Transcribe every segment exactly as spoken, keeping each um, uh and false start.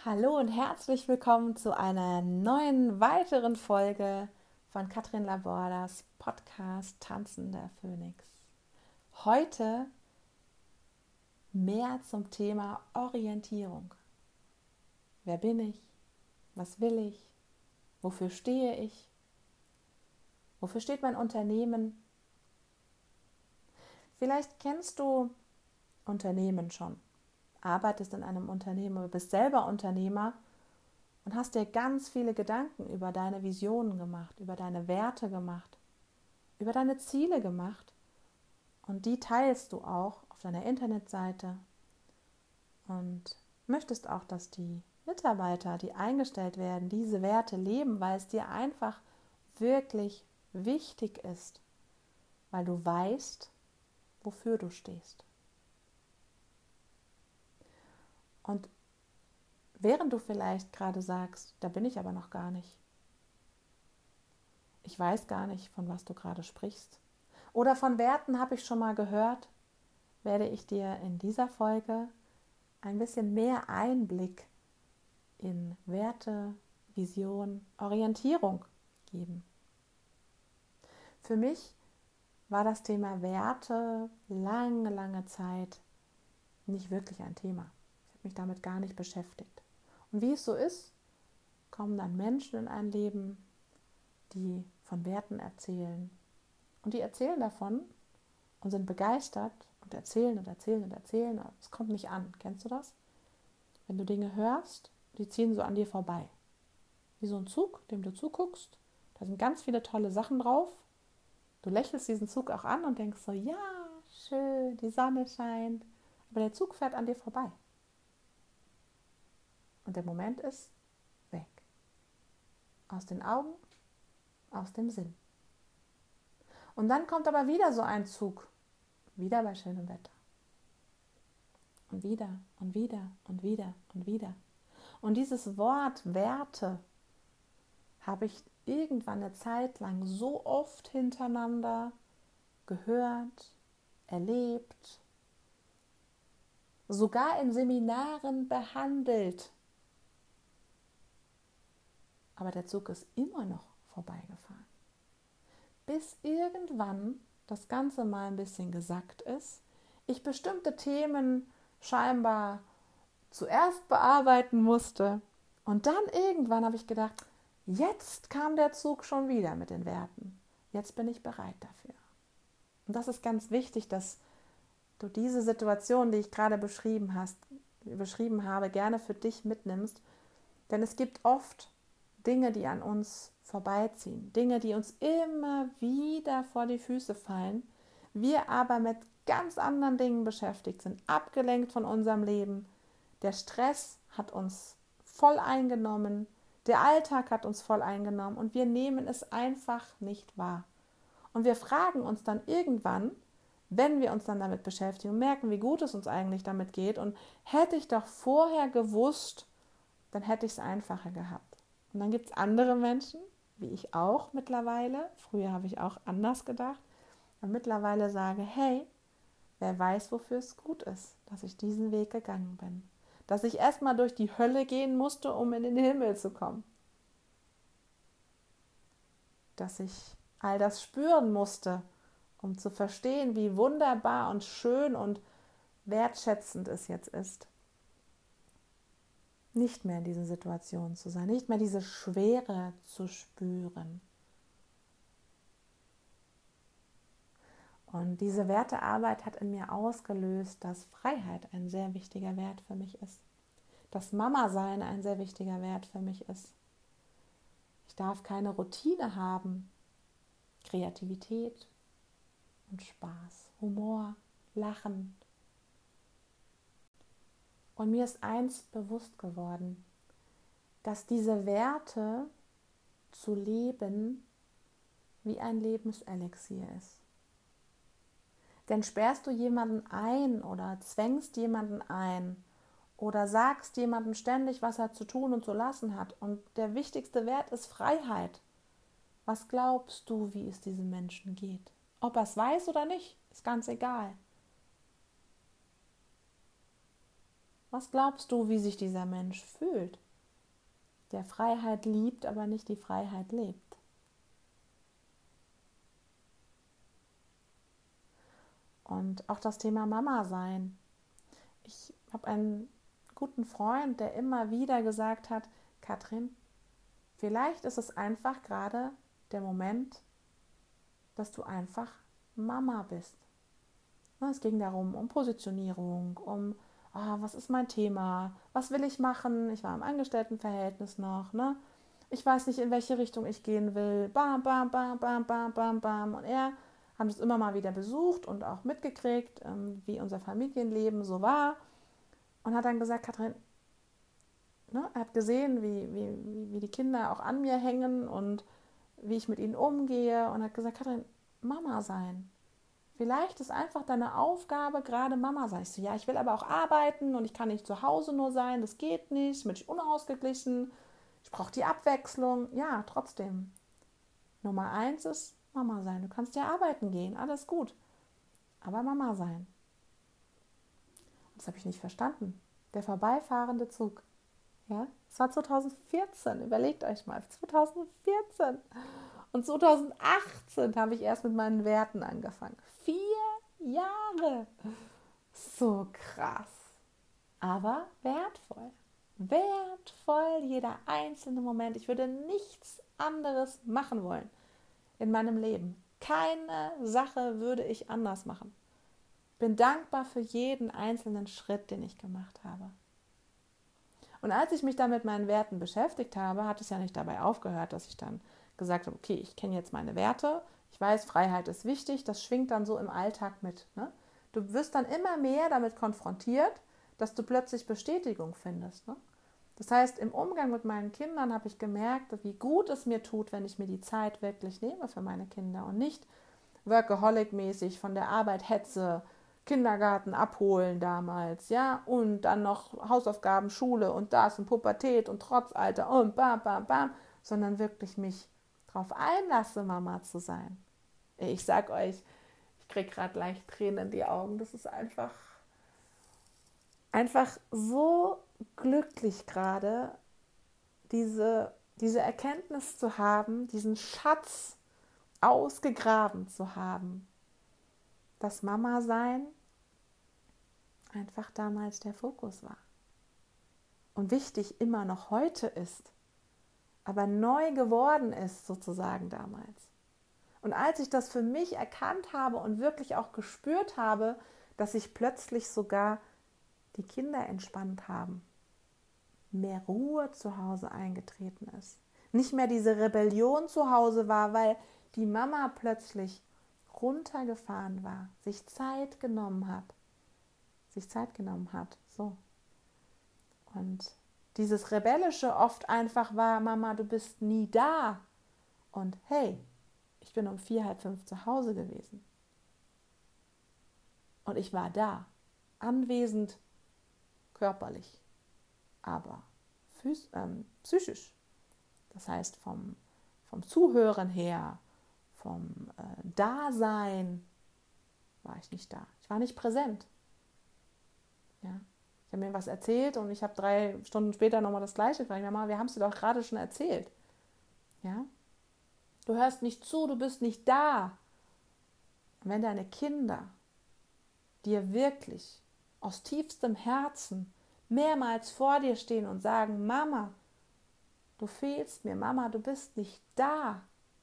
Hallo und herzlich willkommen zu einer neuen, weiteren Folge von Katrin Labordas Podcast Tanzender Phönix. Heute mehr zum Thema Orientierung. Wer bin ich? Was will ich? Wofür stehe ich? Wofür steht mein Unternehmen? Vielleicht kennst du Unternehmen schon, arbeitest in einem Unternehmen oder bist selber Unternehmer und hast dir ganz viele Gedanken über deine Visionen gemacht, über deine Werte gemacht, über deine Ziele gemacht und die teilst du auch auf deiner Internetseite und möchtest auch, dass die Mitarbeiter, die eingestellt werden, diese Werte leben, weil es dir einfach wirklich wichtig ist, weil du weißt, wofür du stehst. Und während du vielleicht gerade sagst, da bin ich aber noch gar nicht, ich weiß gar nicht, von was du gerade sprichst, oder von Werten habe ich schon mal gehört, werde ich dir in dieser Folge ein bisschen mehr Einblick in Werte, Vision, Orientierung geben. Für mich war das Thema Werte lange, lange Zeit nicht wirklich ein Thema. Ich habe mich damit gar nicht beschäftigt. Und wie es so ist, kommen dann Menschen in ein Leben, die von Werten erzählen. Und die erzählen davon und sind begeistert und erzählen und erzählen und erzählen. Aber es kommt nicht an. Kennst du das? Wenn du Dinge hörst, die ziehen so an dir vorbei. Wie so ein Zug, dem du zuguckst. Da sind ganz viele tolle Sachen drauf. Du lächelst diesen Zug auch an und denkst so, ja, schön, die Sonne scheint. Aber der Zug fährt an dir vorbei. Und der Moment ist weg. Aus den Augen, aus dem Sinn. Und dann kommt aber wieder so ein Zug. Wieder bei schönem Wetter. Und wieder und wieder und wieder und wieder. Und dieses Wort Werte habe ich irgendwann eine Zeit lang so oft hintereinander gehört, erlebt, sogar in Seminaren behandelt. Aber der Zug ist immer noch vorbeigefahren. Bis irgendwann das Ganze mal ein bisschen gesackt ist, ich bestimmte Themen scheinbar zuerst bearbeiten musste und dann irgendwann habe ich gedacht, jetzt kam der Zug schon wieder mit den Werten. Jetzt bin ich bereit dafür. Und das ist ganz wichtig, dass du diese Situation, die ich gerade beschrieben hast, beschrieben habe, gerne für dich mitnimmst. Denn es gibt oft Dinge, die an uns vorbeiziehen. Dinge, die uns immer wieder vor die Füße fallen. Wir aber mit ganz anderen Dingen beschäftigt sind, abgelenkt von unserem Leben. Der Stress hat uns voll eingenommen. Der Alltag hat uns voll eingenommen und wir nehmen es einfach nicht wahr. Und wir fragen uns dann irgendwann, wenn wir uns dann damit beschäftigen und merken, wie gut es uns eigentlich damit geht und hätte ich doch vorher gewusst, dann hätte ich es einfacher gehabt. Und dann gibt es andere Menschen, wie ich auch mittlerweile, früher habe ich auch anders gedacht, und mittlerweile sage, hey, wer weiß, wofür es gut ist, dass ich diesen Weg gegangen bin. Dass ich erstmal durch die Hölle gehen musste, um in den Himmel zu kommen. Dass ich all das spüren musste, um zu verstehen, wie wunderbar und schön und wertschätzend es jetzt ist, nicht mehr in diesen Situationen zu sein, nicht mehr diese Schwere zu spüren. Und diese Wertearbeit hat in mir ausgelöst, dass Freiheit ein sehr wichtiger Wert für mich ist, dass Mama-Sein ein sehr wichtiger Wert für mich ist. Ich darf keine Routine haben, Kreativität und Spaß, Humor, Lachen. Und mir ist eins bewusst geworden, dass diese Werte zu leben wie ein Lebenselixier ist. Denn sperrst du jemanden ein oder zwängst jemanden ein oder sagst jemandem ständig, was er zu tun und zu lassen hat und der wichtigste Wert ist Freiheit, was glaubst du, wie es diesem Menschen geht? Ob er es weiß oder nicht, ist ganz egal. Was glaubst du, wie sich dieser Mensch fühlt, der Freiheit liebt, aber nicht die Freiheit lebt? Und auch das Thema Mama sein. Ich habe einen guten Freund, der immer wieder gesagt hat, Katrin, vielleicht ist es einfach gerade der Moment, dass du einfach Mama bist. Es ging darum, um Positionierung, um, oh, was ist mein Thema, was will ich machen, ich war im Angestelltenverhältnis noch, ne? Ich weiß nicht, in welche Richtung ich gehen will, bam, bam, bam, bam, bam, bam, bam. Und er hat es immer mal wieder besucht und auch mitgekriegt, wie unser Familienleben so war und hat dann gesagt, Katrin, ne, er hat gesehen, wie, wie, wie die Kinder auch an mir hängen und wie ich mit ihnen umgehe und hat gesagt, Katrin, Mama sein. Vielleicht ist einfach deine Aufgabe gerade Mama sein. Ich so, ja, ich will aber auch arbeiten und ich kann nicht zu Hause nur sein, das geht nicht, bin ich unausgeglichen, ich brauche die Abwechslung. Ja, trotzdem. Nummer eins ist Mama sein. Du kannst ja arbeiten gehen, alles gut, aber Mama sein. Das habe ich nicht verstanden. Der vorbeifahrende Zug. Ja, es war zweitausendvierzehn, überlegt euch mal, zweitausendvierzehn. Und zweitausendachtzehn habe ich erst mit meinen Werten angefangen. Vier Jahre. So krass. Aber wertvoll. Wertvoll, jeder einzelne Moment. Ich würde nichts anderes machen wollen in meinem Leben. Keine Sache würde ich anders machen. Bin dankbar für jeden einzelnen Schritt, den ich gemacht habe. Und als ich mich dann mit meinen Werten beschäftigt habe, hat es ja nicht dabei aufgehört, dass ich dann gesagt habe, okay, ich kenne jetzt meine Werte, ich weiß, Freiheit ist wichtig, das schwingt dann so im Alltag mit. Ne? Du wirst dann immer mehr damit konfrontiert, dass du plötzlich Bestätigung findest. Ne? Das heißt, im Umgang mit meinen Kindern habe ich gemerkt, wie gut es mir tut, wenn ich mir die Zeit wirklich nehme für meine Kinder und nicht Workaholic-mäßig von der Arbeit hetze, Kindergarten abholen damals, ja, und dann noch Hausaufgaben, Schule und das und Pubertät und Trotzalter und bam, bam, bam, sondern wirklich mich drauf einlasse, Mama zu sein. Ich sag euch, ich kriege gerade leicht Tränen in die Augen. Das ist einfach, einfach so glücklich gerade, diese, diese Erkenntnis zu haben, diesen Schatz ausgegraben zu haben, dass Mama sein einfach damals der Fokus war. Und wichtig immer noch heute ist, aber neu geworden ist sozusagen damals. Und als ich das für mich erkannt habe und wirklich auch gespürt habe, dass sich plötzlich sogar die Kinder entspannt haben, mehr Ruhe zu Hause eingetreten ist, nicht mehr diese Rebellion zu Hause war, weil die Mama plötzlich runtergefahren war, sich Zeit genommen hat, sich Zeit genommen hat, so. Und dieses Rebellische oft einfach war, Mama, du bist nie da. Und hey, ich bin um vier, halb fünf zu Hause gewesen. Und ich war da, anwesend, körperlich, aber phys- ähm, psychisch. Das heißt, vom, vom Zuhören her, vom äh, Dasein war ich nicht da. Ich war nicht präsent. Ja. Ich habe mir was erzählt und ich habe drei Stunden später nochmal das Gleiche gefragt. Mama, wir haben es dir doch gerade schon erzählt. Ja? Du hörst nicht zu, du bist nicht da. Und wenn deine Kinder dir wirklich aus tiefstem Herzen mehrmals vor dir stehen und sagen, Mama, du fehlst mir, Mama, du bist nicht da,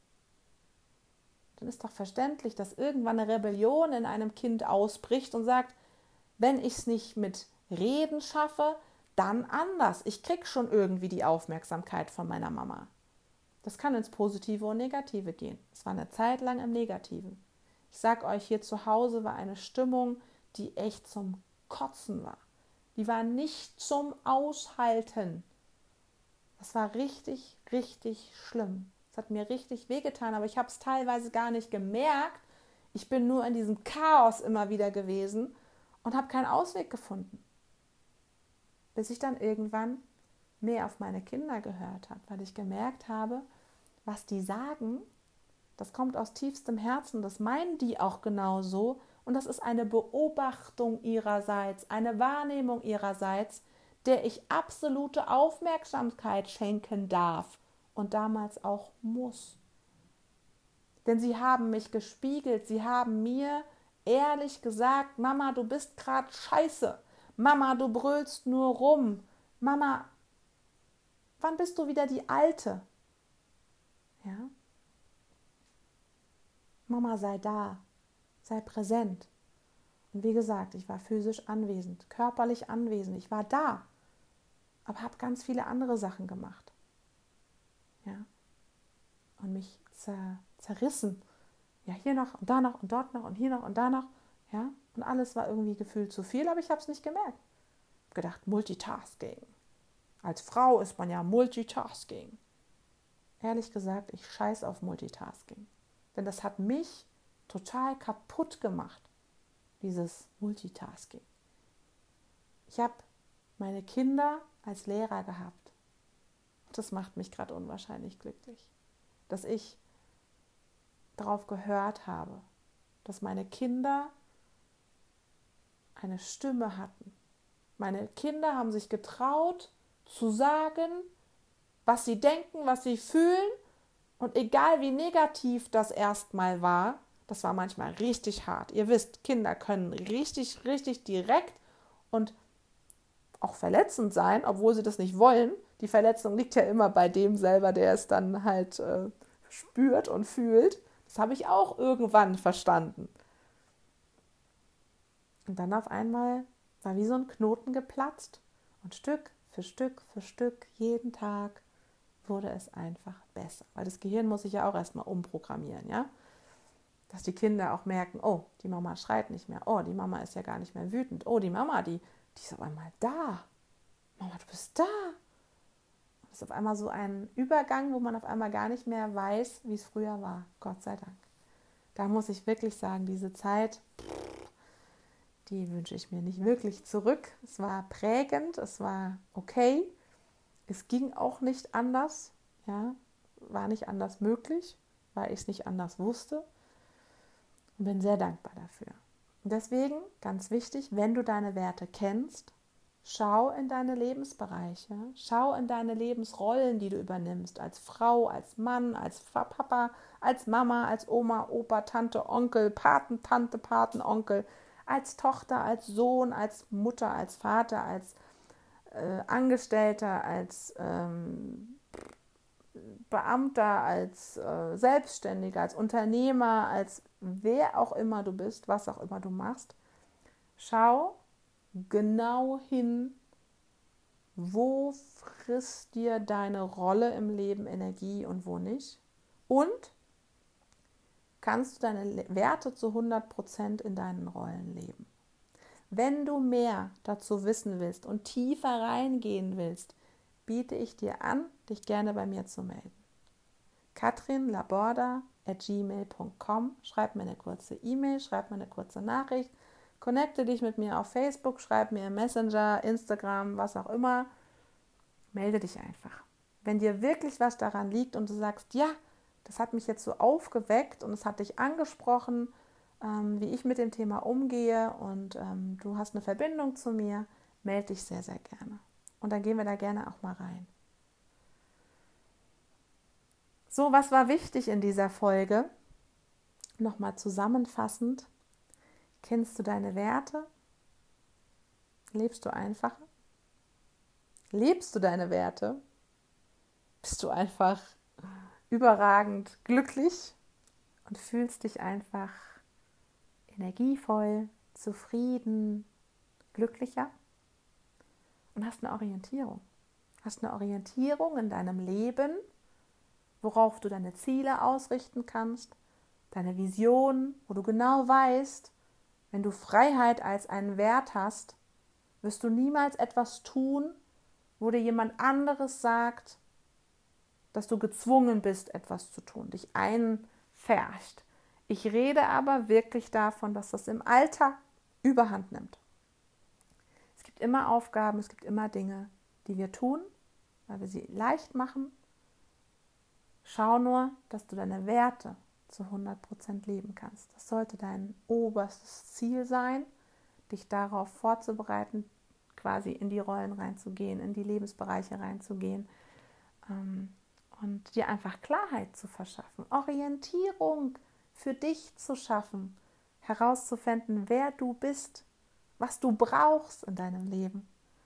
dann ist doch verständlich, dass irgendwann eine Rebellion in einem Kind ausbricht und sagt, wenn ich es nicht mit Reden schaffe, dann anders. Ich krieg schon irgendwie die Aufmerksamkeit von meiner Mama. Das kann ins Positive und Negative gehen. Es war eine Zeit lang im Negativen. Ich sag euch, hier zu Hause war eine Stimmung, die echt zum Kotzen war. Die war nicht zum Aushalten. Das war richtig, richtig schlimm. Es hat mir richtig wehgetan, aber ich habe es teilweise gar nicht gemerkt. Ich bin nur in diesem Chaos immer wieder gewesen und habe keinen Ausweg gefunden. Bis ich dann irgendwann mehr auf meine Kinder gehört habe, weil ich gemerkt habe, was die sagen, das kommt aus tiefstem Herzen, das meinen die auch genau so Und das ist eine Beobachtung ihrerseits, eine Wahrnehmung ihrerseits, der ich absolute Aufmerksamkeit schenken darf und damals auch muss. Denn sie haben mich gespiegelt, sie haben mir ehrlich gesagt, Mama, du bist gerade scheiße. Mama, du brüllst nur rum. Mama, wann bist du wieder die Alte? Ja? Mama, sei da, sei präsent. Und wie gesagt, ich war physisch anwesend, körperlich anwesend, ich war da, aber habe ganz viele andere Sachen gemacht. Ja? Und mich zer, zerrissen. Ja, hier noch und da noch und dort noch und hier noch und da noch. Ja? Und alles war irgendwie gefühlt zu viel, aber ich habe es nicht gemerkt. Ich habe gedacht, Multitasking. Als Frau ist man ja Multitasking. Ehrlich gesagt, ich scheiß auf Multitasking. Denn das hat mich total kaputt gemacht, dieses Multitasking. Ich habe meine Kinder als Lehrer gehabt. Das macht mich gerade unwahrscheinlich glücklich. Dass ich darauf gehört habe, dass meine Kinder eine Stimme hatten. Meine Kinder haben sich getraut, zu sagen, was sie denken, was sie fühlen. Und egal wie negativ das erstmal war, das war manchmal richtig hart. Ihr wisst, Kinder können richtig, richtig direkt und auch verletzend sein, obwohl sie das nicht wollen. Die Verletzung liegt ja immer bei dem selber, der es dann halt äh, spürt und fühlt. Das habe ich auch irgendwann verstanden. Und dann auf einmal war wie so ein Knoten geplatzt und Stück für Stück für Stück, jeden Tag wurde es einfach besser. Weil das Gehirn muss sich ja auch erstmal umprogrammieren, ja? Dass die Kinder auch merken, oh, die Mama schreit nicht mehr, oh, die Mama ist ja gar nicht mehr wütend, oh, die Mama, die, die ist auf einmal da. Mama, du bist da. Das ist auf einmal so ein Übergang, wo man auf einmal gar nicht mehr weiß, wie es früher war. Gott sei Dank. Da muss ich wirklich sagen, diese Zeit, die wünsche ich mir nicht wirklich zurück. Es war prägend, es war okay. Es ging auch nicht anders, ja, war nicht anders möglich, weil ich es nicht anders wusste und bin sehr dankbar dafür. Und deswegen, ganz wichtig, wenn du deine Werte kennst, schau in deine Lebensbereiche, schau in deine Lebensrollen, die du übernimmst, als Frau, als Mann, als Papa, als Mama, als Oma, Opa, Tante, Onkel, Patentante, Patenonkel, als Tochter, als Sohn, als Mutter, als Vater, als äh, Angestellter, als ähm, Beamter, als äh, Selbstständiger, als Unternehmer, als wer auch immer du bist, was auch immer du machst. Schau genau hin, wo frisst dir deine Rolle im Leben Energie und wo nicht. Und kannst du deine Werte zu hundert Prozent in deinen Rollen leben. Wenn du mehr dazu wissen willst und tiefer reingehen willst, biete ich dir an, dich gerne bei mir zu melden. katrin laborda at gmail punkt com. Schreib mir eine kurze E-Mail, schreib mir eine kurze Nachricht, connecte dich mit mir auf Facebook, schreib mir im Messenger, Instagram, was auch immer. Melde dich einfach. Wenn dir wirklich was daran liegt und du sagst, ja, das hat mich jetzt so aufgeweckt und es hat dich angesprochen, ähm, wie ich mit dem Thema umgehe und ähm, du hast eine Verbindung zu mir, melde dich sehr, sehr gerne. Und dann gehen wir da gerne auch mal rein. So, was war wichtig in dieser Folge? Nochmal zusammenfassend. Kennst du deine Werte? Lebst du einfacher? Lebst du deine Werte? Bist du einfach überragend glücklich und fühlst dich einfach energievoll, zufrieden, glücklicher und hast eine Orientierung. Hast eine Orientierung in deinem Leben, worauf du deine Ziele ausrichten kannst, deine Vision, wo du genau weißt, wenn du Freiheit als einen Wert hast, wirst du niemals etwas tun, wo dir jemand anderes sagt, dass du gezwungen bist, etwas zu tun, dich einfährst. Ich rede aber wirklich davon, dass das im Alltag Überhand nimmt. Es gibt immer Aufgaben, es gibt immer Dinge, die wir tun, weil wir sie leicht machen. Schau nur, dass du deine Werte zu hundert Prozent leben kannst. Das sollte dein oberstes Ziel sein, dich darauf vorzubereiten, quasi in die Rollen reinzugehen, in die Lebensbereiche reinzugehen ähm, und dir einfach Klarheit zu verschaffen, Orientierung für dich zu schaffen, herauszufinden, wer du bist, was du brauchst in deinem Leben.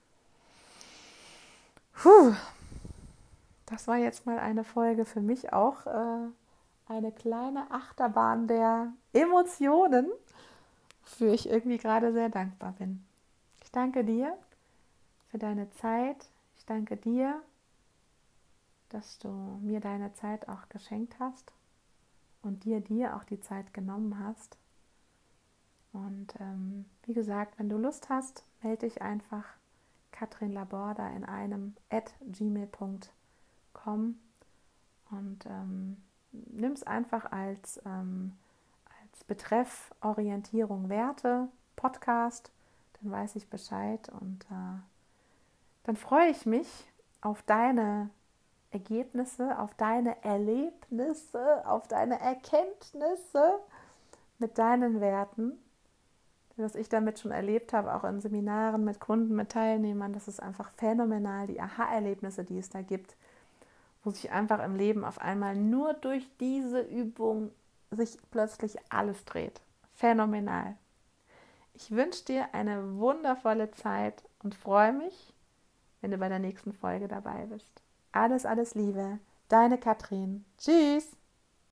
Puh, das war jetzt mal eine Folge für mich auch, äh, eine kleine Achterbahn der Emotionen, wofür ich irgendwie gerade sehr dankbar bin. Ich danke dir für deine Zeit. Ich danke dir, dass du mir deine Zeit auch geschenkt hast und dir dir auch die Zeit genommen hast. Und ähm, wie gesagt, wenn du Lust hast, melde dich einfach Katrin Laborda in einem at gmail punkt com und ähm, nimm es einfach als, ähm, als Betreff Orientierung Werte Podcast, dann weiß ich Bescheid und äh, dann freue ich mich auf deine Ergebnisse, auf deine Erlebnisse, auf deine Erkenntnisse mit deinen Werten, was ich damit schon erlebt habe, auch in Seminaren mit Kunden, mit Teilnehmern. Das ist einfach phänomenal, die Aha-Erlebnisse, die es da gibt, wo sich einfach im Leben auf einmal nur durch diese Übung sich plötzlich alles dreht. Phänomenal. Ich wünsche dir eine wundervolle Zeit und freue mich, wenn du bei der nächsten Folge dabei bist. Alles, alles Liebe. Deine Katrin. Tschüss.